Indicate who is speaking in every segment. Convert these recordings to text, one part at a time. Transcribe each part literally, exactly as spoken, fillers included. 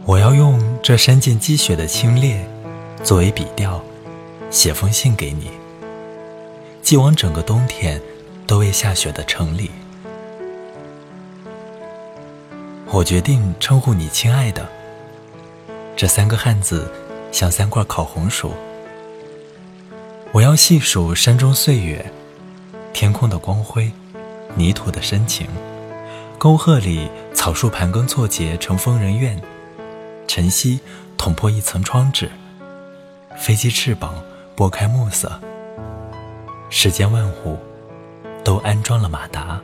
Speaker 1: 我要用这山涧积雪的清冽作为笔调，写封信给你，寄往整个冬天都未下雪的城里。我决定称呼你亲爱的，这三个汉字像三块烤红薯。我要细数山中岁月，天空的光辉，泥土的深情，沟壑里草树盘根错节成疯人院，晨曦捅破一层窗纸，飞机翅膀拨开暮色，世间万物都安装了马达。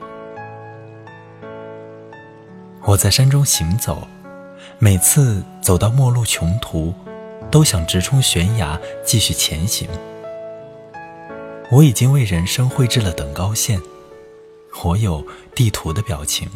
Speaker 1: 我在山中行走，每次走到末路穷途，都想直冲悬崖继续前行。我已经为人生绘制了等高线，我有地图的表情。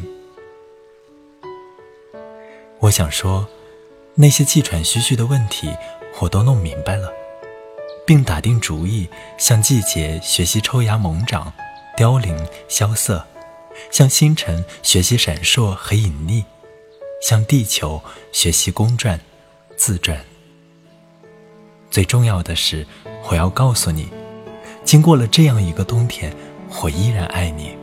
Speaker 1: 我想说，那些气喘吁吁的问题我都弄明白了，并打定主意向季节学习抽芽猛长，凋零萧瑟，向星辰学习闪烁和隐匿，向地球学习公转自转。最重要的是，我要告诉你，经过了这样一个冬天，我依然爱你。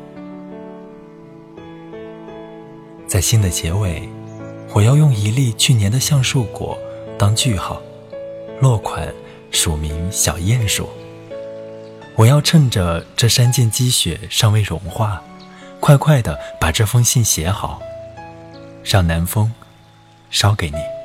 Speaker 1: 在信的结尾，我要用一粒去年的橡树果当句号，落款署名小鼹鼠。我要趁着这山涧积雪尚未融化，快快地把这封信写好，让南风捎给你。